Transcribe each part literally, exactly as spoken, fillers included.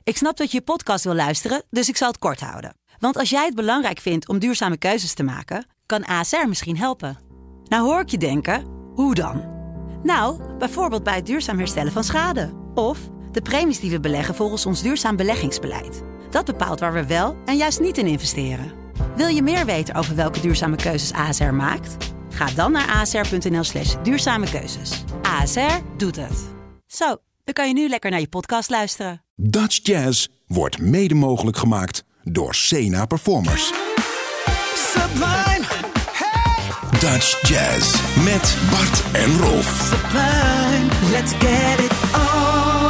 Ik snap dat je je podcast wil luisteren, dus ik zal het kort houden. Want als jij het belangrijk vindt om duurzame keuzes te maken, kan A S R misschien helpen. Nou hoor ik je denken, hoe dan? Nou, bijvoorbeeld bij het duurzaam herstellen van schade. Of de premies die we beleggen volgens ons duurzaam beleggingsbeleid. Dat bepaalt waar we wel en juist niet in investeren. Wil je meer weten over welke duurzame keuzes A S R maakt? Ga dan naar asr.nl slash duurzame keuzes. A S R doet het. Zo, dan kan je nu lekker naar je podcast luisteren. Dutch Jazz wordt mede mogelijk gemaakt door Sena Performers. Sublime, hey! Dutch Jazz met Bart en Rolf. Sublime, let's get it on.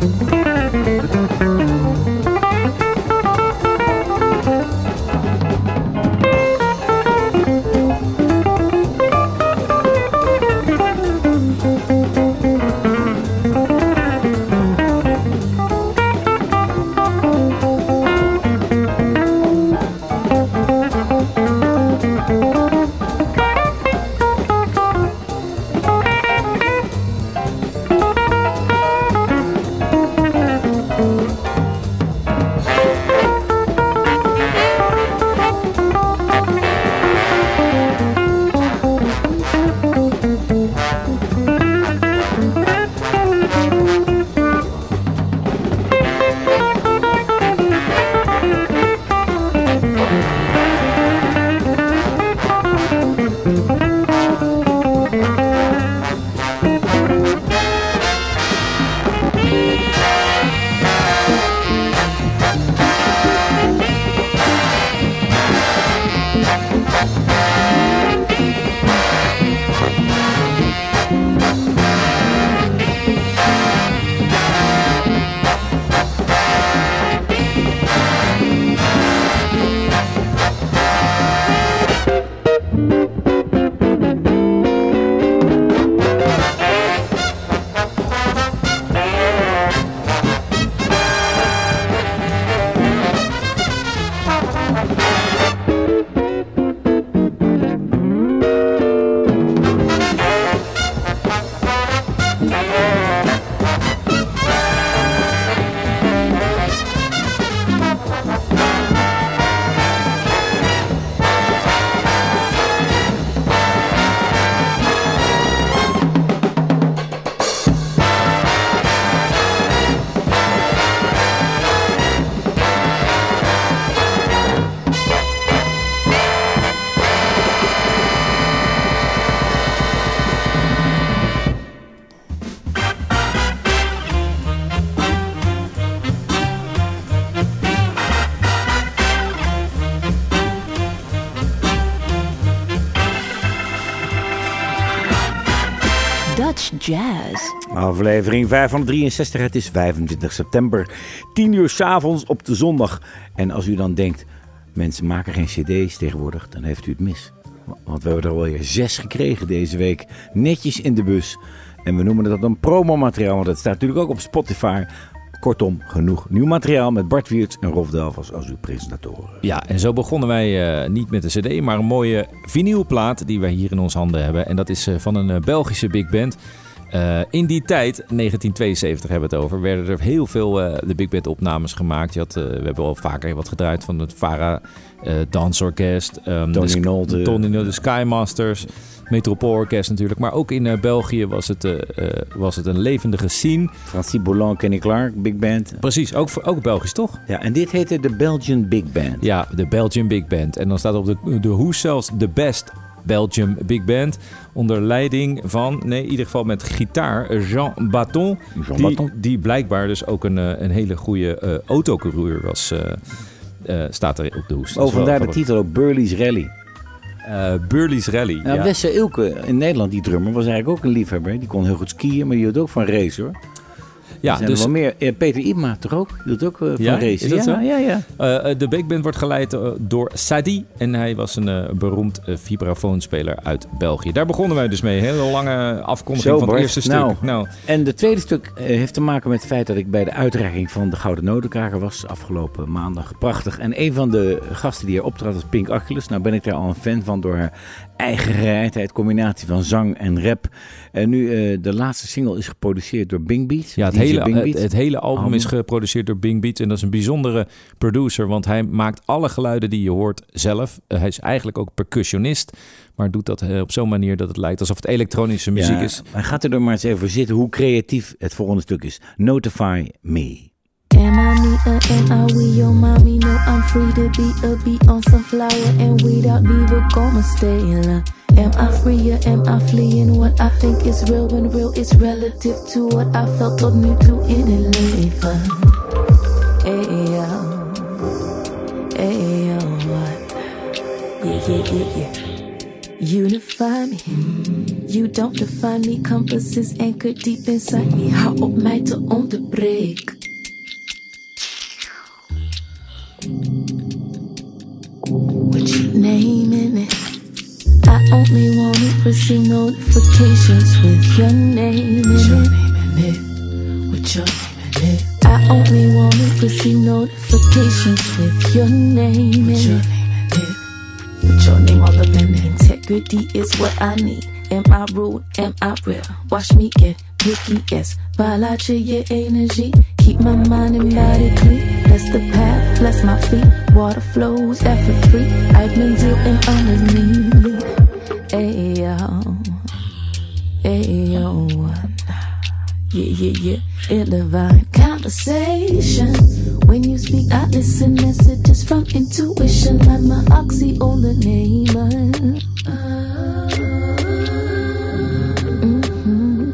Dutch Jazz. Aflevering vijfhonderddrieënzestig, het is vijfentwintig september, tien uur 's avonds op de zondag. En als u dan denkt, mensen maken geen cd's tegenwoordig, dan heeft u het mis. Want we hebben er alweer zes gekregen deze week, netjes in de bus. En we noemen dat dan promomateriaal, want dat staat natuurlijk ook op Spotify. Kortom, genoeg nieuw materiaal met Bart Wiertz en Rolf Delvers als uw presentatoren. Ja, en zo begonnen wij uh, niet met een cd, maar een mooie vinylplaat die wij hier in onze handen hebben. En dat is uh, van een uh, Belgische big band. Uh, in die tijd, negentien tweeënzeventig hebben we het over, werden er heel veel uh, de big band opnames gemaakt. Je had, uh, we hebben al vaker wat gedraaid van het Vara uh, Dansorkest, um, Tony de, Nolte, Tony Nolte, de Skymasters, Metropoolorkest natuurlijk. Maar ook in uh, België was het, uh, uh, was het een levendige scene. Francis Boulan, Kenny Clark, big band. Precies, ook, ook Belgisch toch? Ja, en dit heette de Belgian Big Band. Ja, de Belgian Big Band. En dan staat op de, de hoes zelfs de best Belgium Big Band. Onder leiding van, nee, in ieder geval met gitaar, Jean Baton. Jean die, Baton. die blijkbaar dus ook een, een hele goede uh, autocoureur was. Uh, uh, staat er op de hoes. Oh, vandaar de titel ook Burley's Rally. Uh, Burley's Rally. Nou, ja. Wesse Ilke in Nederland, die drummer, was eigenlijk ook een liefhebber. Die kon heel goed skiën, maar die hield ook van race, hoor. Ja, er zijn dus er wel meer. Eh, Peter Ibma toch ook? Die hield ook uh, van ja, race. Is dat ja, zo? ja, ja. Uh, de Big Band wordt geleid uh, door Sadi. En hij was een uh, beroemd uh, vibrafoonspeler uit België. Daar begonnen wij dus mee. Een hele lange afkondiging Zo, van Bart. het eerste stuk. Nou, Nou. En het tweede stuk uh, heeft te maken met het feit dat ik bij de uitreiking van de Gouden Notenkraker was afgelopen maandag. Prachtig. En een van de gasten die er optrad was Pink Achilles. Nou ben ik daar al een fan van door haar eigen gereidheid, combinatie van zang en rap. En nu uh, de laatste single is geproduceerd door Bing Beats. Ja, het D J hele, Bing het, Beats. het hele album, album is geproduceerd door Bing Beats. En dat is een bijzondere producer, want hij maakt alle geluiden die je hoort zelf. Uh, hij is eigenlijk ook percussionist, maar doet dat uh, op zo'n manier dat het lijkt alsof het elektronische muziek ja, is. Hij gaat er maar eens even voor zitten hoe creatief het volgende stuk is. Notify Me. Am I me or am I we? Your mommy know I'm free to be a bee on some flower and without neither gonna stay in. Am I free or am I fleeing? What I think is real when real is relative to what I felt or knew to in a leven. Hey yo, hey yo, what? Yeah, yeah, yeah, yeah. unify me. You don't define me, compass is anchored deep inside me. Hou op mij te onderbreken. What you naming it? I only wanna receive notifications with your name in it. With your name in it. I only wanna receive notifications with your name in it. With your name all up in it. Integrity is what I need. Am I rude? Am I real? Watch me get picky, yes. Biology, your energy. Keep my mind and body clean. Bless the path, bless my feet. Water flows, effort free. I've been dealing underneath. Ayo, ayo. Yeah, yeah, yeah. In divine conversation. When you speak, I listen. Messages from intuition. Like my oxy on the name. Uh, mm-hmm.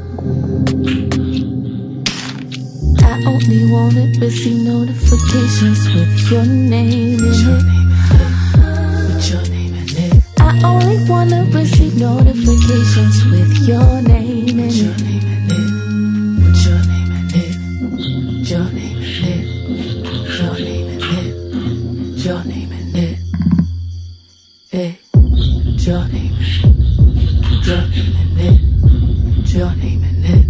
I only wanna receive notifications with your name in it. With your name in it. I only wanna receive notifications with your name in it. With your name in it. Your name in it. Your name in it. Your name in it. Hey. Your name. Your name in it. Your name in it.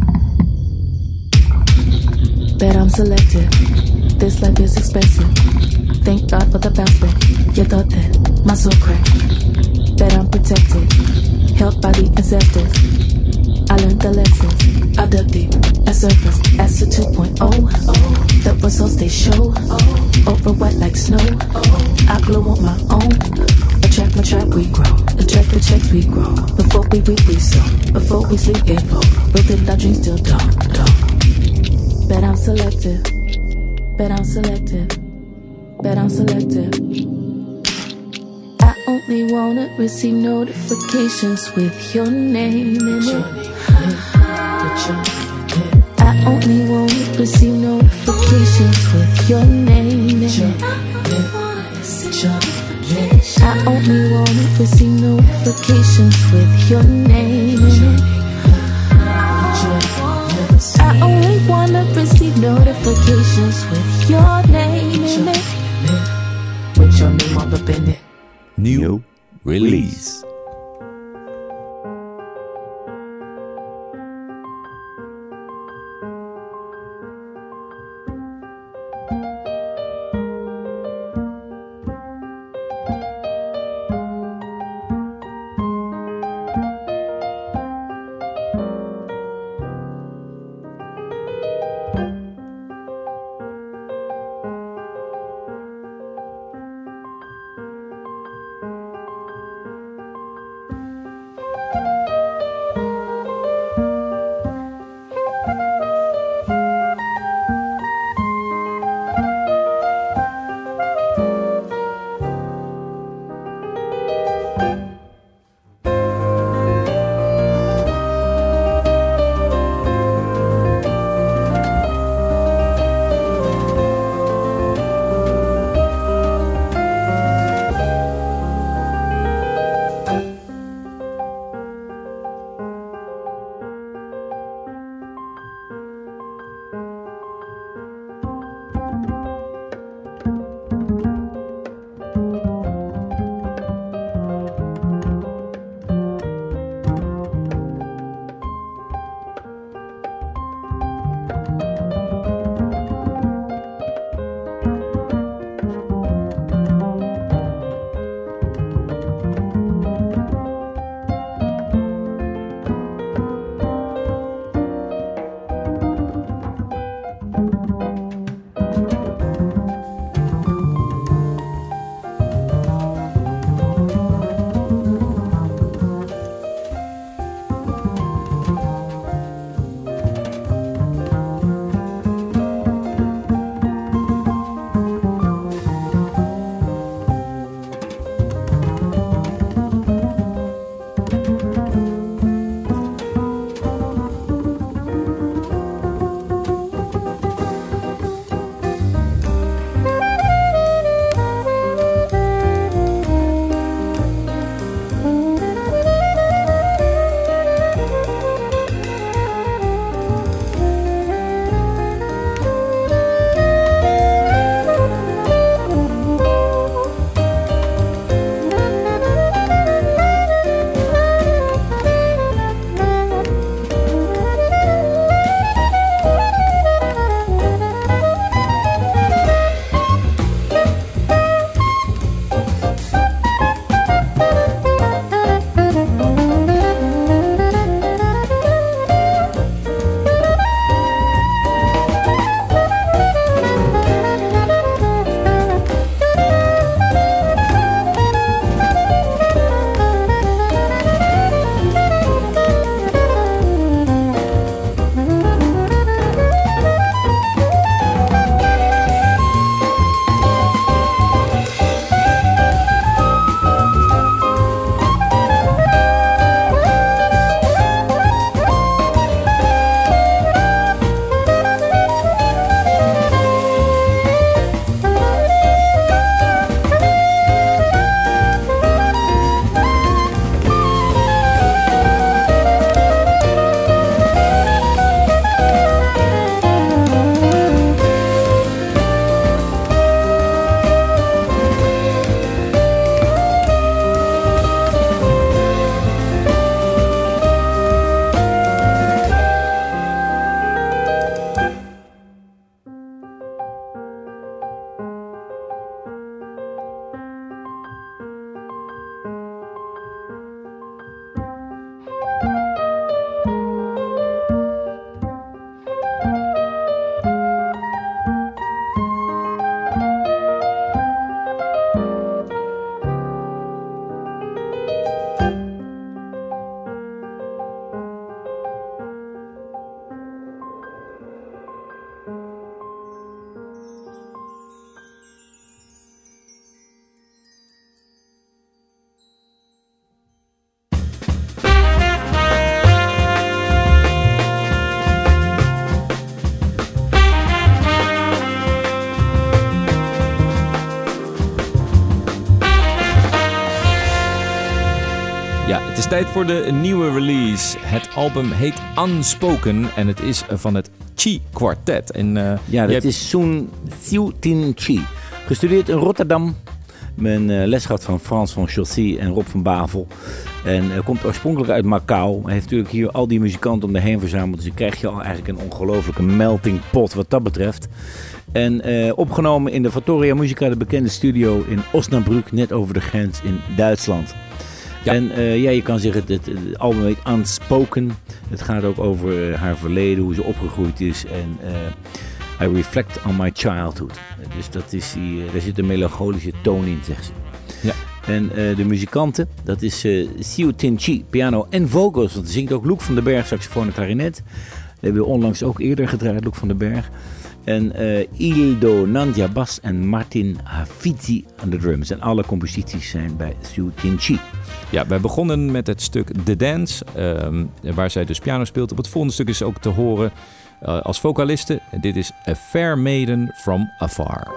Bet I'm selective. This life is expensive. Thank God for the bounce back. You thought that my soul cracked. Bet I'm protected. Helped by the ancestors. I learned the lessons. I dug deep at surface. As to two point oh. The results they show. Over wet like snow. I glow on my own. Attract, attract, we grow. Attract, attract, we grow. Before we reap, we sow. Before we sleep, info. Within our dreams till dawn, dawn. Bet I'm selective. Bet I'm selective. Bet I'm selective. I only wanna receive notifications with your name in it. I only wanna receive notifications with your name in it. I only wanna receive notifications with your name in it. I only wanna receive notifications with your name in it. With your name all up in it. New release. is tijd voor de nieuwe release. Het album heet Unspoken en het is van het Chi Quartet. En, uh, ja, dat hebt... is Sun Xiu Tin Chi. Gestudeerd in Rotterdam. Mijn uh, les gehad van Frans van Chaussy en Rob van Bavel. En uh, komt oorspronkelijk uit Macau. Hij heeft natuurlijk hier al die muzikanten om de heen verzameld. Dus dan krijg je al eigenlijk een ongelofelijke melting pot wat dat betreft. En uh, opgenomen in de Fattoria Musica, de bekende studio in Osnabrück, net over de grens in Duitsland. Ja. En uh, ja, je kan zeggen, het, het album heet Unspoken. Het gaat ook over uh, haar verleden, hoe ze opgegroeid is. En uh, I reflect on my childhood. Dus dat is die, uh, daar zit een melancholische toon in, zegt ze. Ja. En uh, de muzikanten, dat is uh, Xiu Tin Chi, piano en vocals. Want er zingt ook Loek van den Berg, saxofoon en klarinet. Dat hebben we onlangs ook eerder gedraaid, Loek van den Berg. En uh, Ildo Nandja bas en Martin Hafidzi aan de drums. En alle composities zijn bij Xiu Tin Chi. Ja, wij begonnen met het stuk The Dance, uh, waar zij dus piano speelt. Op het volgende stuk is ook te horen uh, als vocaliste. Dit is A Fair Maiden from Afar.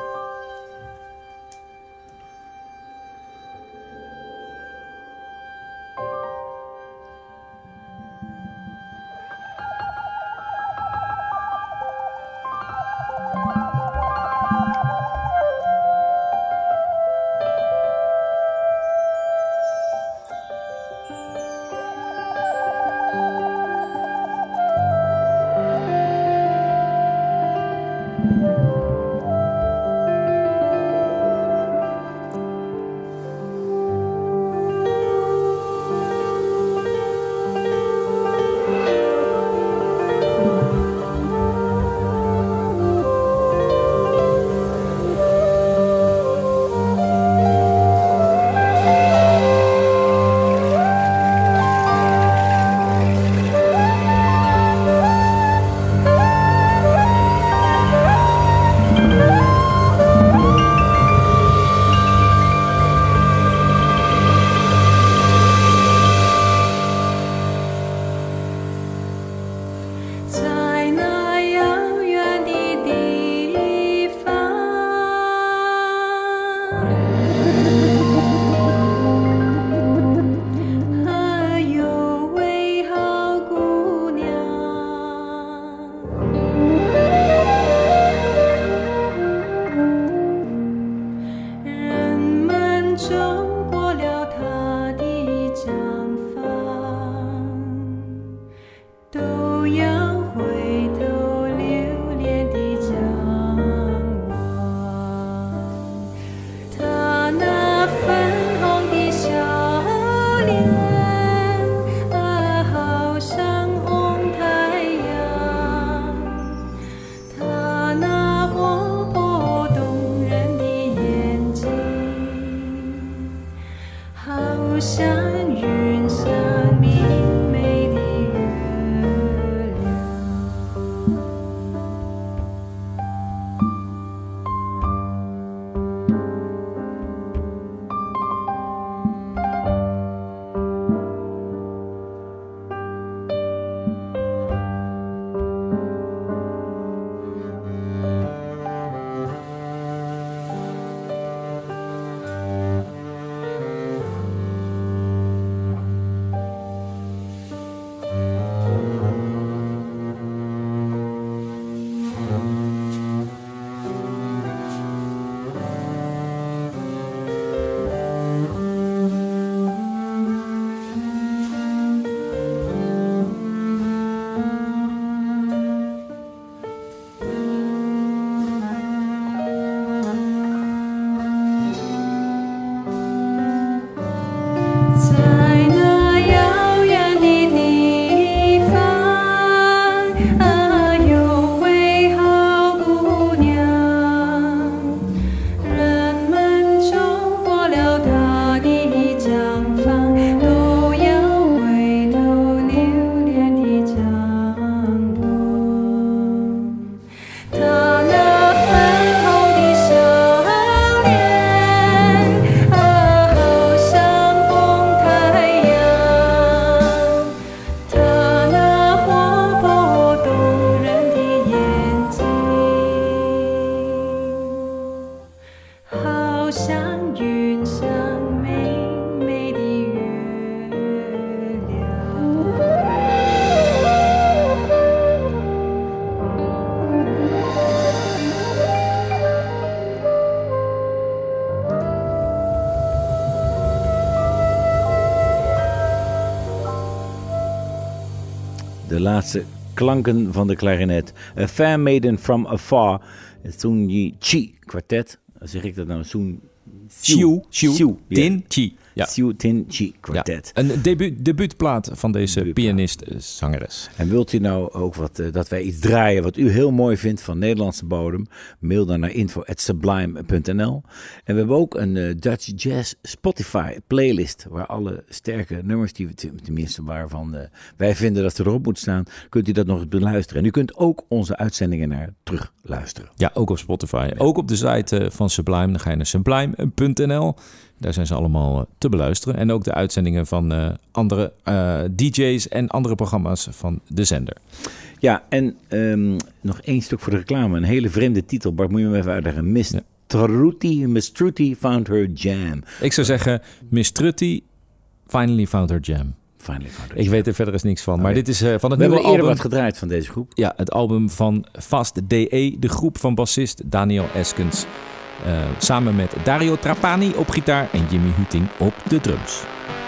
De laatste klanken van de klarinet. A Fair Maiden from Afar. Het Sun Yi Chi kwartet. Zeg ik dat nou? Sun Xiu, Xiu, Xiu, ja. Tin Chi. Ja. Xiu Tin Chi kwartet. Ja. Een debu- debuutplaat van deze Debuutplaat. pianist-zangeres. En wilt u nou ook wat, uh, dat wij iets draaien wat u heel mooi vindt van Nederlandse bodem? Mail dan naar info at sublime punt n l. En we hebben ook een uh, Dutch Jazz Spotify playlist. Waar alle sterke nummers, die we tenminste waarvan uh, wij vinden dat ze erop moeten staan, kunt u dat nog eens beluisteren. En u kunt ook onze uitzendingen naar terug luisteren. Ja, ook op Spotify. Ja. Ook op de site uh, van Sublime. Dan ga je naar sublime punt n l. Daar zijn ze allemaal te beluisteren. En ook de uitzendingen van uh, andere uh, D J's en andere programma's van de zender. Ja, en um, nog één stuk voor de reclame. Een hele vreemde titel. Bart, moet je hem even uitleggen. Miss ja. Trutti, Miss Trutti found her jam. Ik zou zeggen, Miss Trutti finally found her jam. Finally found her Ik jam. weet er verder eens niks van. Okay. Maar dit is uh, van het We nieuwe hebben eerder album. wat gedraaid van deze groep. Ja, het album van Fast D E, de groep van bassist Daniel Eskens. Uh, samen met Dario Trapani op gitaar en Jimmy Huting op de drums.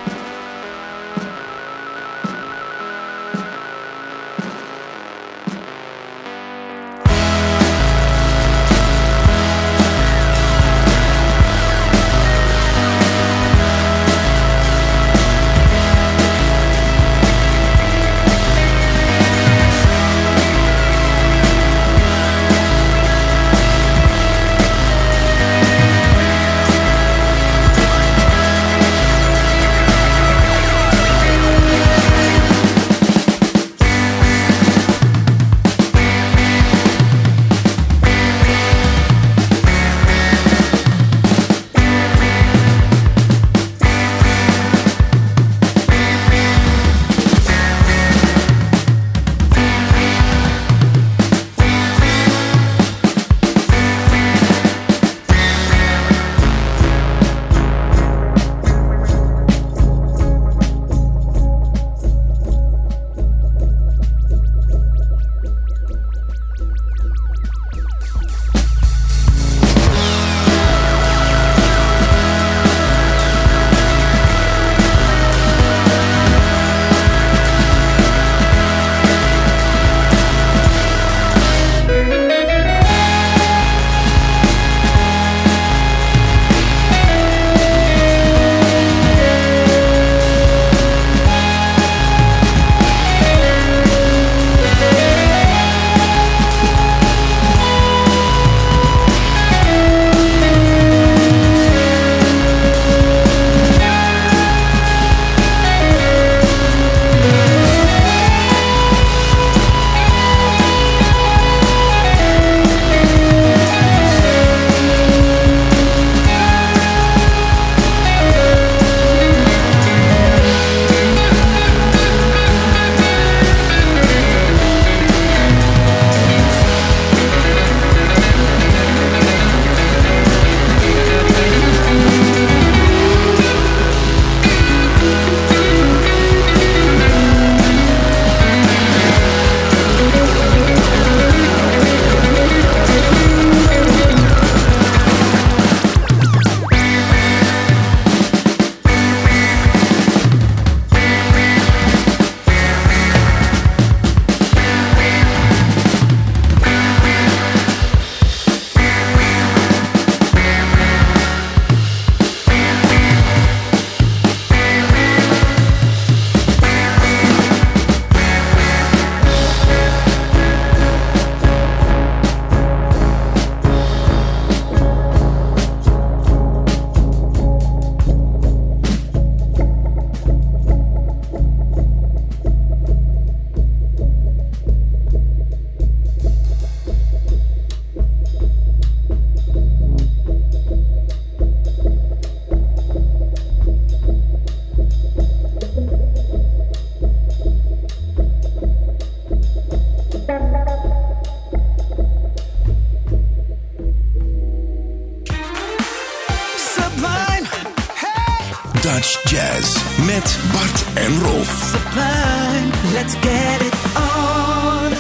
Dutch Jazz met Bart en Rolf. Sublime, let's get it on.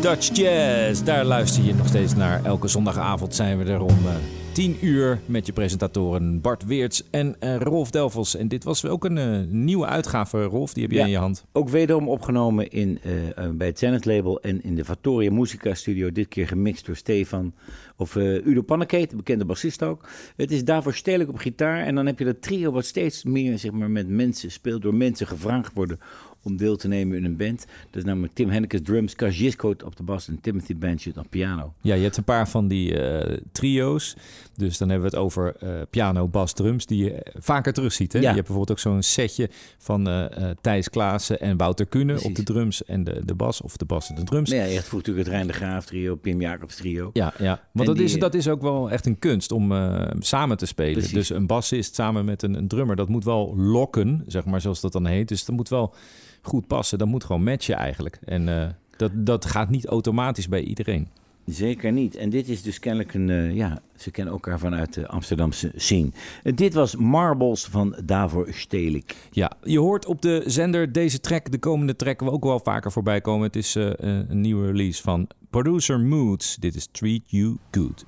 Dutch Jazz. Daar luister je nog steeds naar. Elke zondagavond zijn we er om uh, tien uur met je presentatoren Bart Weerts en uh, Rolf Delfels. En dit was ook een uh, nieuwe uitgave, Rolf. Die heb jij ja, in je hand. Ook wederom opgenomen in, uh, uh, bij het Zenith label en in de Fattoria Musica Studio. Dit keer gemixt door Stefan of uh, Udo Pannekate, de bekende bassist ook. Het is daarvoor Stedelijk op gitaar. En dan heb je dat trio wat steeds meer zeg maar, met mensen speelt, door mensen gevraagd worden om deel te nemen in een band. Dat is namelijk Tim Hennekes drums, Cas Giscoat op de bas en Timothy Banshut op piano. Ja, je hebt een paar van die uh, trio's. Dus dan hebben we het over uh, piano, bas, drums, die je vaker terugziet. Hè? Ja. Je hebt bijvoorbeeld ook zo'n setje van uh, uh, Thijs Klaassen en Wouter Kuhne Precies. op de drums en de, de bas, of de bas en de drums. Ja, je hebt natuurlijk het Rijn de Graaf trio, Pim Jacobs trio. Ja, ja. want dat, die, is, dat is ook wel echt een kunst om uh, samen te spelen. Precies. Dus een bassist samen met een, een drummer, dat moet wel lokken, zeg maar, zoals dat dan heet. Dus dat moet wel goed passen. Dat moet gewoon matchen eigenlijk. En uh, dat, dat gaat niet automatisch bij iedereen. Zeker niet. En dit is dus kennelijk een... Uh, ja, ze kennen elkaar vanuit de Amsterdamse scene. Uh, dit was Marbles van Davor Stedelijk. Ja, je hoort op de zender deze track, de komende track, we ook wel vaker voorbij komen. Het is uh, een nieuwe release van Producer Moods. Dit is Treat You Good.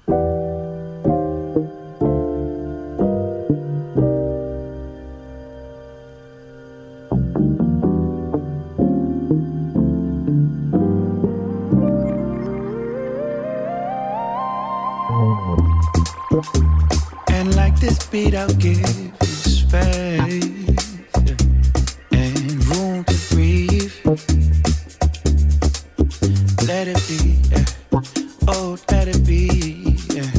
And like this beat, I'll give you space and room to breathe. Let it be, yeah. Oh, let it be, yeah.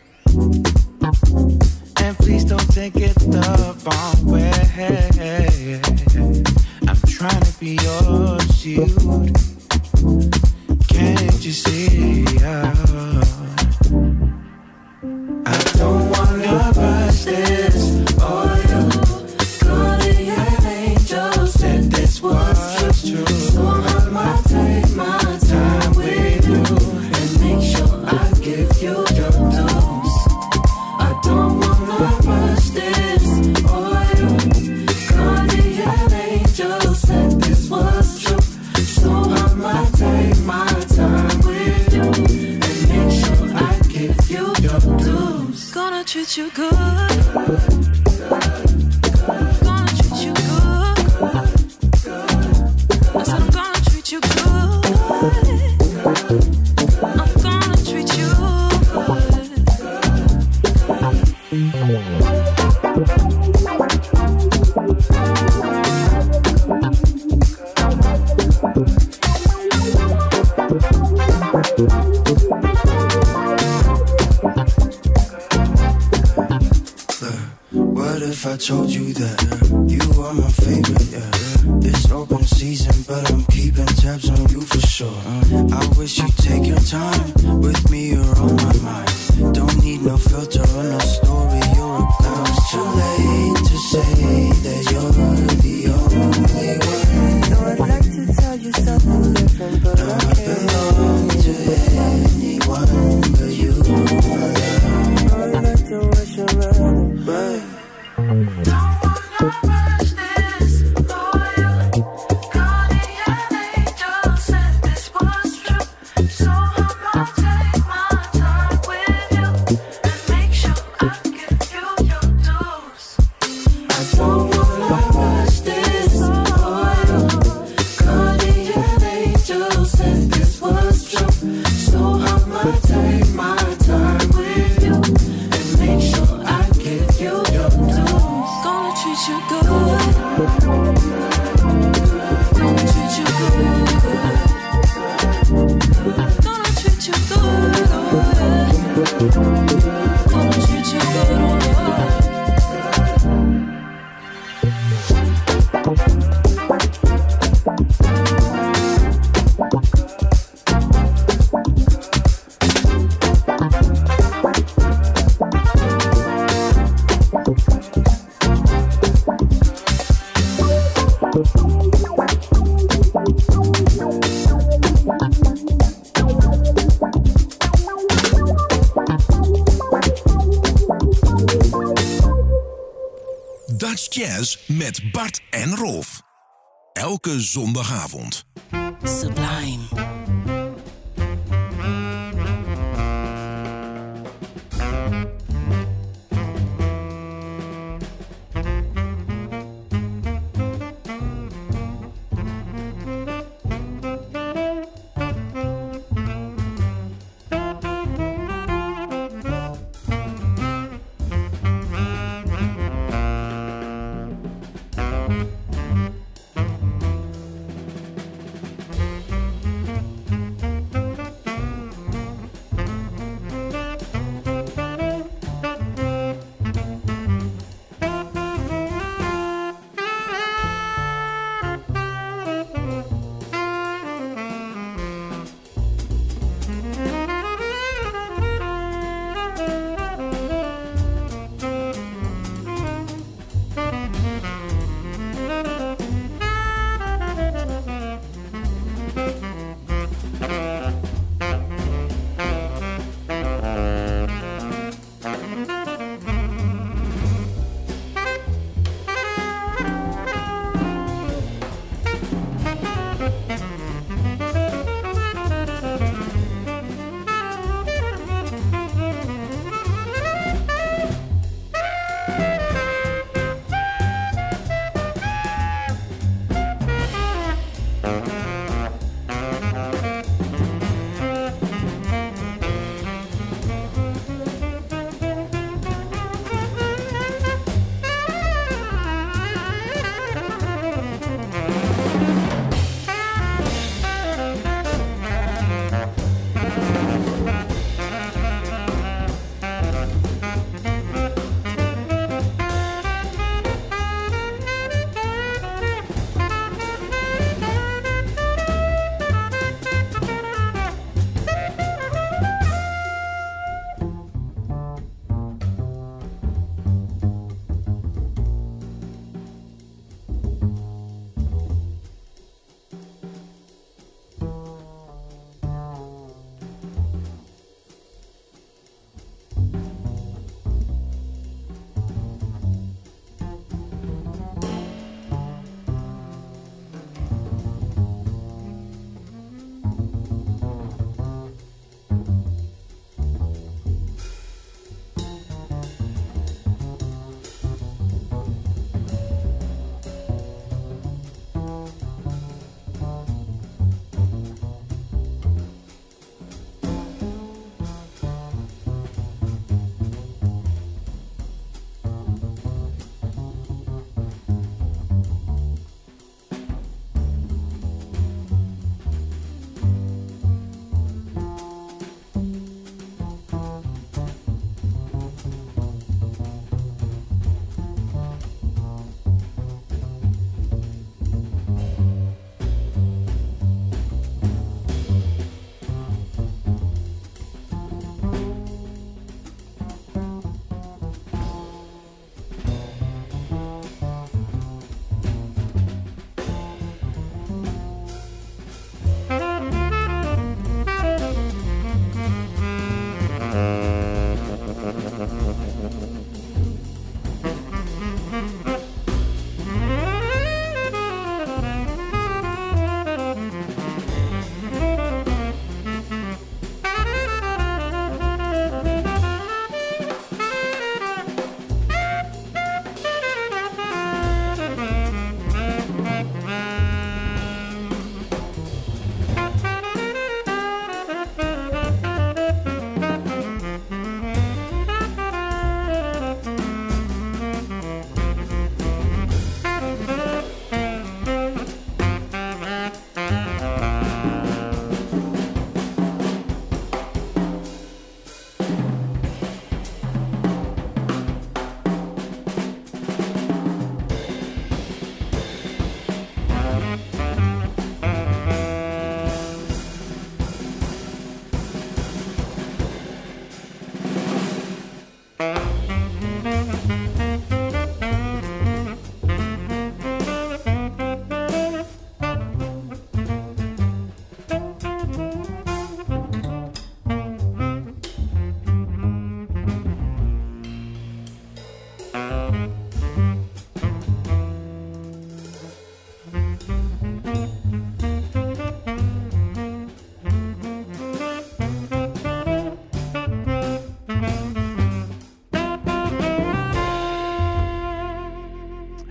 And please don't take it the wrong way. I'm trying to be your shield. Can't you see? Oh. I don't wanna rush this. Oh, you guardian angel said this was true. So I'ma take my time with you and make sure I give you your dose. I don't wanna rush this. Oh, you guardian angel said this was true. So I'ma take my time with you and make sure I give you your dose. Gonna treat you good. Gonna treat you good. I said I'm gonna treat you good. I'm gonna treat you if I told you that uh, you are my favorite, yeah. It's open season, but I'm keeping tabs on you for sure. uh, I wish you'd take your time with me, you're on my mind. Don't need no filter or no story, you're a girl. It's too late to say that you're the only one. No, I'd like to tell you something different, but I can't belong to anyone but you. I'd like to wish you around, but don't wanna rush this for you. Guardian angel said this was true. So I'ma take my time with you and make sure I give you your dose. I don't wanna rush this for you. Guardian angel said this was true. So I'ma take my time with you and make sure I give you your dose. Gonna treat you good. Gonna treat you good. Gonna treat you good. Gonna treat you good. Dutch Jazz met Bart en Rolf. Elke zondagavond. Sublime.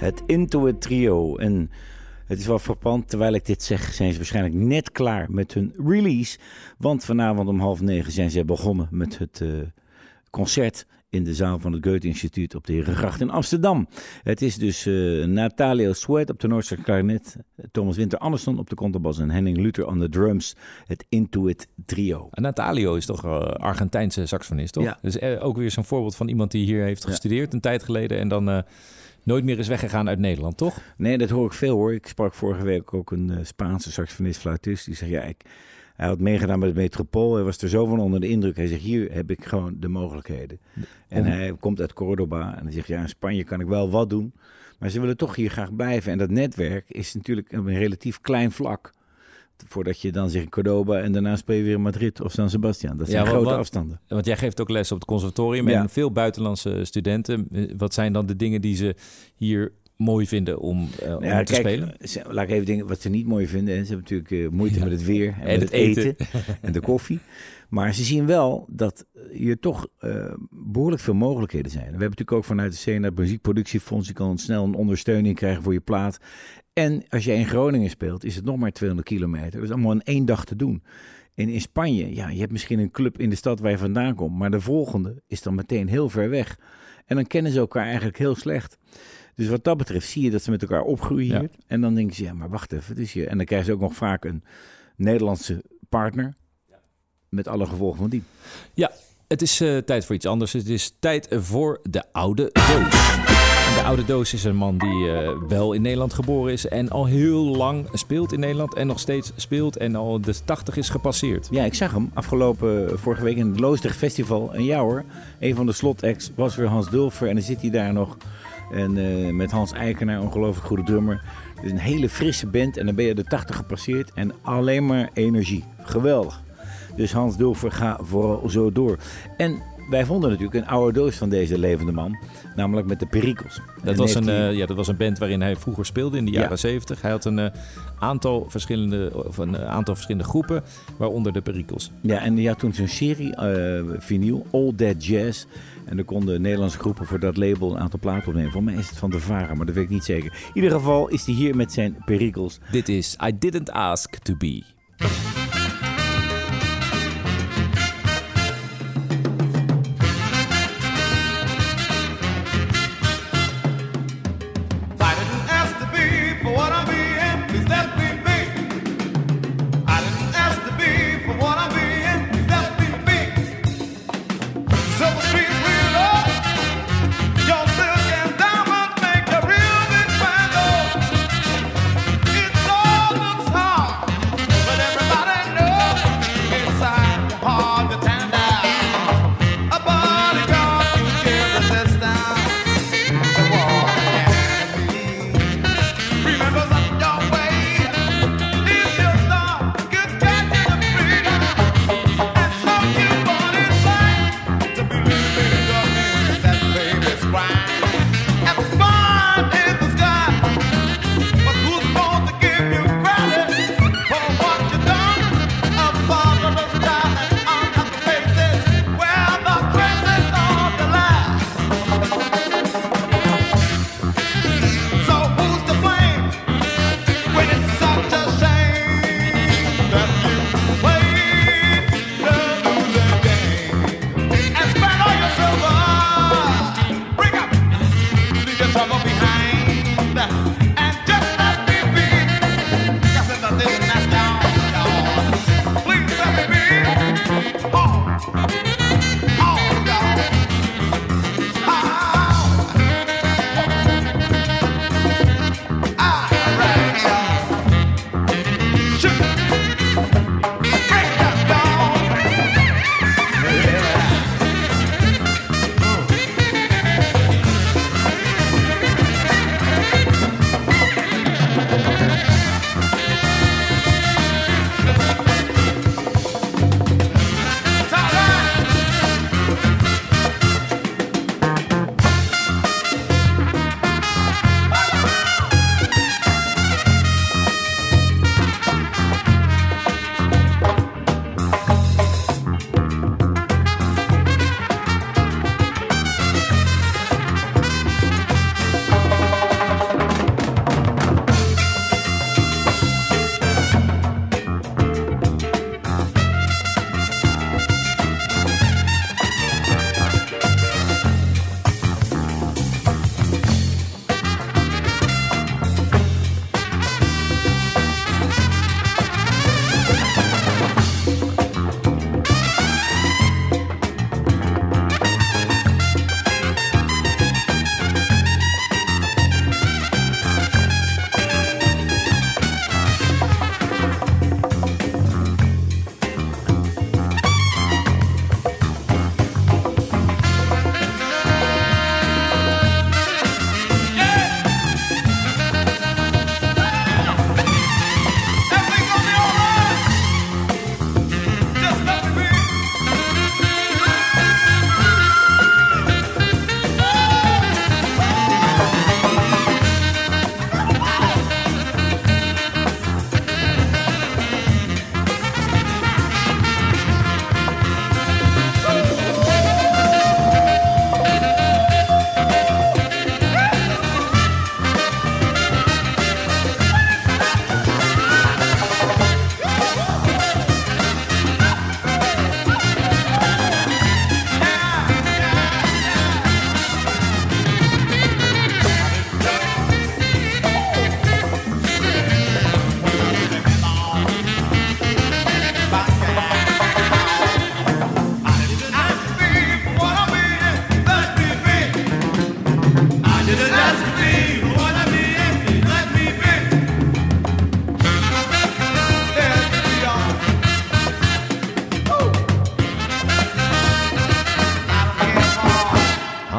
Het Into It Trio. En het is wel frappant, terwijl ik dit zeg, zijn ze waarschijnlijk net klaar met hun release. Want vanavond om half negen zijn ze begonnen met het uh, concert in de zaal van het Goethe-instituut op de Herengracht in Amsterdam. Het is dus uh, Natalio Sweat op de Noordse klarinet, Thomas Winter Andersson op de contrabas en Henning Luther aan de drums. Het Into It Trio. En Natalio is toch uh, Argentijnse saxofonist, toch? Ja. Dus uh, ook weer zo'n voorbeeld van iemand die hier heeft gestudeerd ja. een tijd geleden en dan uh, nooit meer is weggegaan uit Nederland, toch? Nee, dat hoor ik veel hoor. Ik sprak vorige week ook een uh, Spaanse saxofonist, fluitist, die zegt ja, ik... Hij had meegedaan met het Metropool. Hij was er zo van onder de indruk. Hij zegt, hier heb ik gewoon de mogelijkheden. En hij komt uit Córdoba. En hij zegt, ja, in Spanje kan ik wel wat doen. Maar ze willen toch hier graag blijven. En dat netwerk is natuurlijk een relatief klein vlak. Voordat je dan zegt Córdoba en daarna speel je weer in Madrid of San Sebastian. Dat zijn ja, grote wat, afstanden. Want jij geeft ook les op het conservatorium. Ja. En veel buitenlandse studenten. Wat zijn dan de dingen die ze hier mooi vinden om, uh, om ja, te kijk, spelen? Ze, laat ik even denken wat ze niet mooi vinden. Ze hebben natuurlijk uh, moeite ja. met het weer en, en met het, het eten, eten. en de koffie. Maar ze zien wel dat hier toch uh, behoorlijk veel mogelijkheden zijn. We hebben natuurlijk ook vanuit de Sena het muziekproductiefonds. Je kan snel een ondersteuning krijgen voor je plaat. En als jij in Groningen speelt, is het nog maar tweehonderd kilometer. Dat is allemaal in één dag te doen. En in Spanje, ja, je hebt misschien een club in de stad waar je vandaan komt. Maar de volgende is dan meteen heel ver weg. En dan kennen ze elkaar eigenlijk heel slecht. Dus wat dat betreft zie je dat ze met elkaar opgroeien hier. Ja. En dan denken ze, ja, maar wacht even. Het is hier. En dan krijgen ze ook nog vaak een Nederlandse partner. Met alle gevolgen van die. Ja, het is uh, tijd voor iets anders. Het is tijd voor de Oude Doos. En de Oude Doos is een man die uh, wel in Nederland geboren is. En al heel lang speelt in Nederland. En nog steeds speelt. En al de tachtig is gepasseerd. Ja, ik zag hem afgelopen vorige week in het Loosdrecht Festival. En ja hoor, een van de slotacts was weer Hans Dulfer. En dan zit hij daar nog. En uh, met Hans Eikenaar, ongelooflijk goede drummer. Dus een hele frisse band. En dan ben je de tachtig gepasseerd. En alleen maar energie. Geweldig. Dus Hans Dulfer, ga vooral zo door. En wij vonden natuurlijk een oude doos van deze levende man. Namelijk met de Perikels. Dat was, een, hij... uh, ja, dat was een band waarin hij vroeger speelde in de jaren zeventig. Ja. Hij had een, uh, aantal verschillende, of een uh, aantal verschillende groepen, waaronder de Perikels. Ja, en hij had toen zo'n serie, uh, vinyl, All That Jazz. En er konden Nederlandse groepen voor dat label een aantal platen opnemen. Voor mij is het van de Vara, maar dat weet ik niet zeker. In ieder geval is hij hier met zijn Perikels. Dit is I Didn't Ask To Be. Everybody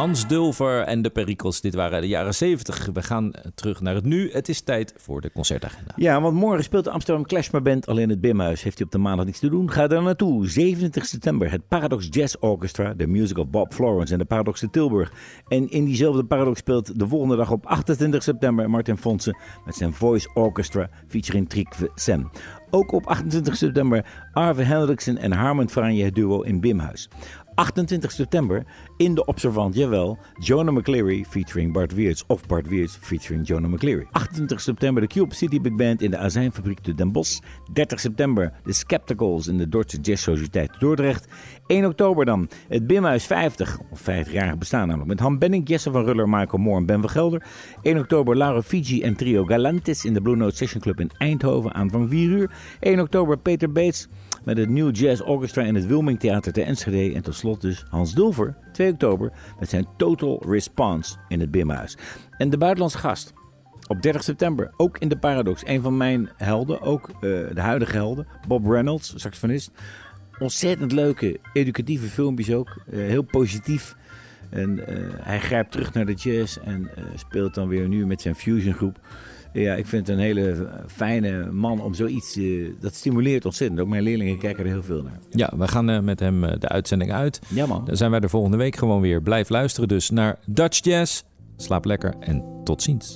Hans Dulfer en de Perikels. Dit waren de jaren zeventig. We gaan terug naar het nu. Het is tijd voor de concertagenda. Ja, want morgen speelt de Amsterdam Klezmer Band al in het Bimhuis. Heeft u op de maandag niets te doen? Ga daar naartoe. zevenentwintig september het Paradox Jazz Orchestra, de music of Bob Florence en de Paradox de Tilburg. En in diezelfde Paradox speelt de volgende dag op achtentwintig september Martin Fonsen met zijn Voice Orchestra featuring Trikve Sen. Ook op achtentwintig september Arve Hendriksen en Harmon Franje, het duo in Bimhuis. achtentwintig september in de Observant, jawel, Jonah McCleary featuring Bart Weerts of Bart Weerts featuring Jonah McCleary. achtentwintig september de Cube City Big Band in de Azijnfabriek te Den Bosch. dertig september de Skepticals in de Dordtse Jazz Sociëteit Dordrecht. één oktober dan het Bimhuis vijftig, of vijftig-jarig bestaan namelijk, met Han Benning, Jesse van Ruller, Michael Moore en Ben van Gelder. één oktober Laura Fiji en trio Galantis in de Blue Note Session Club in Eindhoven, aanvang vier uur. één oktober Peter Bates met het New Jazz Orchestra in het Wilming Theater te Enschede. En tot slot dus Hans Dulfer, twee oktober, met zijn Total Response in het Bimhuis. En de buitenlandse gast op dertig september, ook in de Paradox, een van mijn helden, ook uh, de huidige helden, Bob Reynolds, saxofonist. Ontzettend leuke, educatieve filmpjes ook, uh, heel positief. En uh, hij grijpt terug naar de jazz en uh, speelt dan weer nu met zijn fusion groep. Ja, ik vind het een hele fijne man om zoiets... Uh, dat stimuleert ontzettend. Ook mijn leerlingen kijken er heel veel naar. Ja, we gaan uh, met hem uh, de uitzending uit. Ja, man. Dan zijn wij de volgende week gewoon weer. Blijf luisteren dus naar Dutch Jazz. Slaap lekker en tot ziens.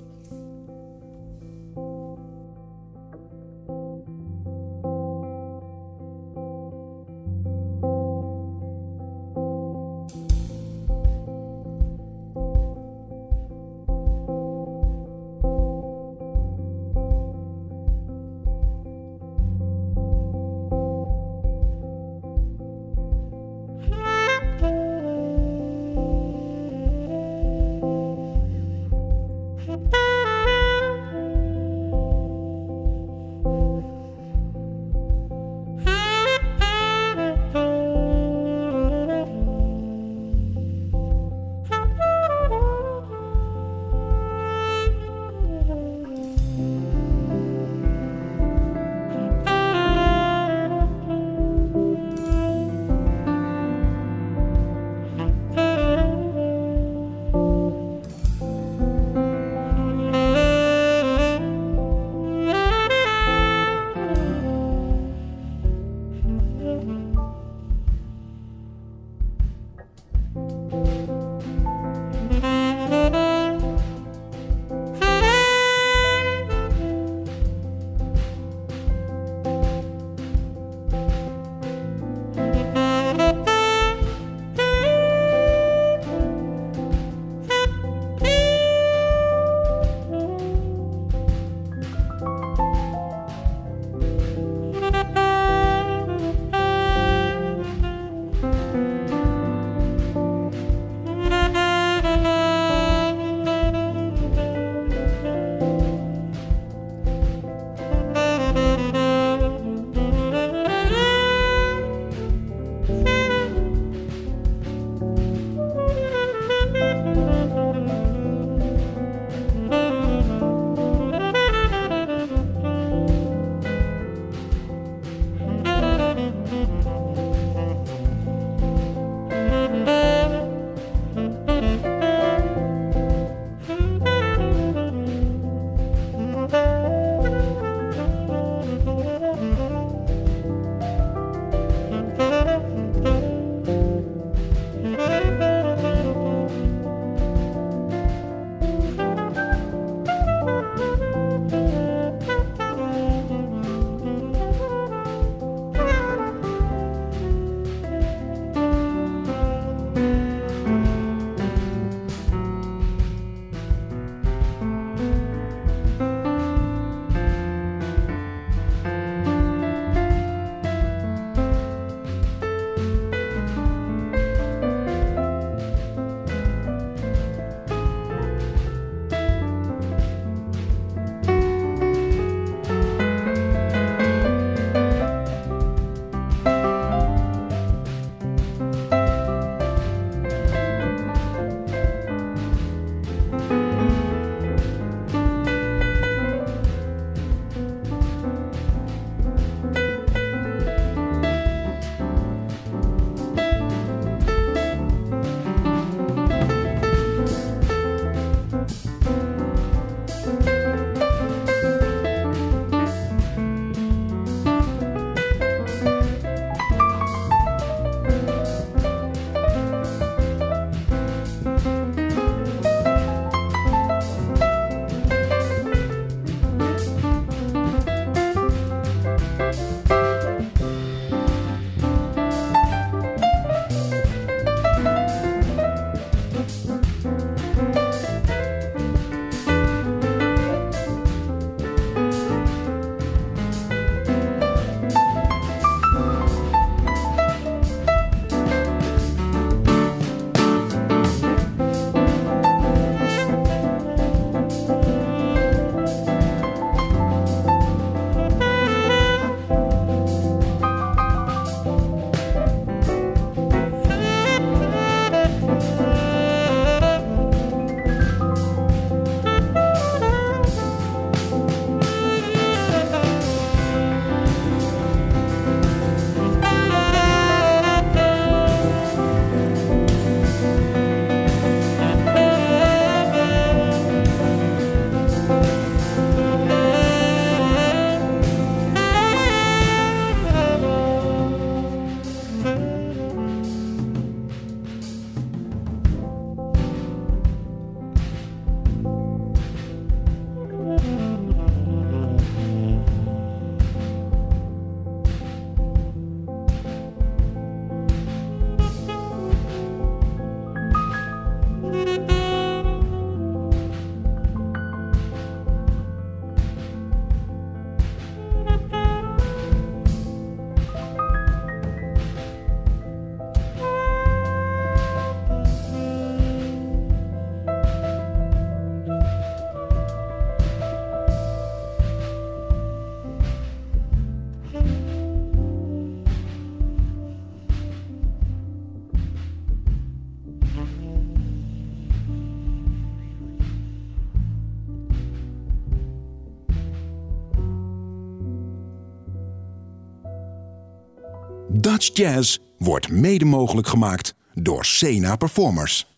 Bye. Dutch Jazz wordt mede mogelijk gemaakt door Sena Performers.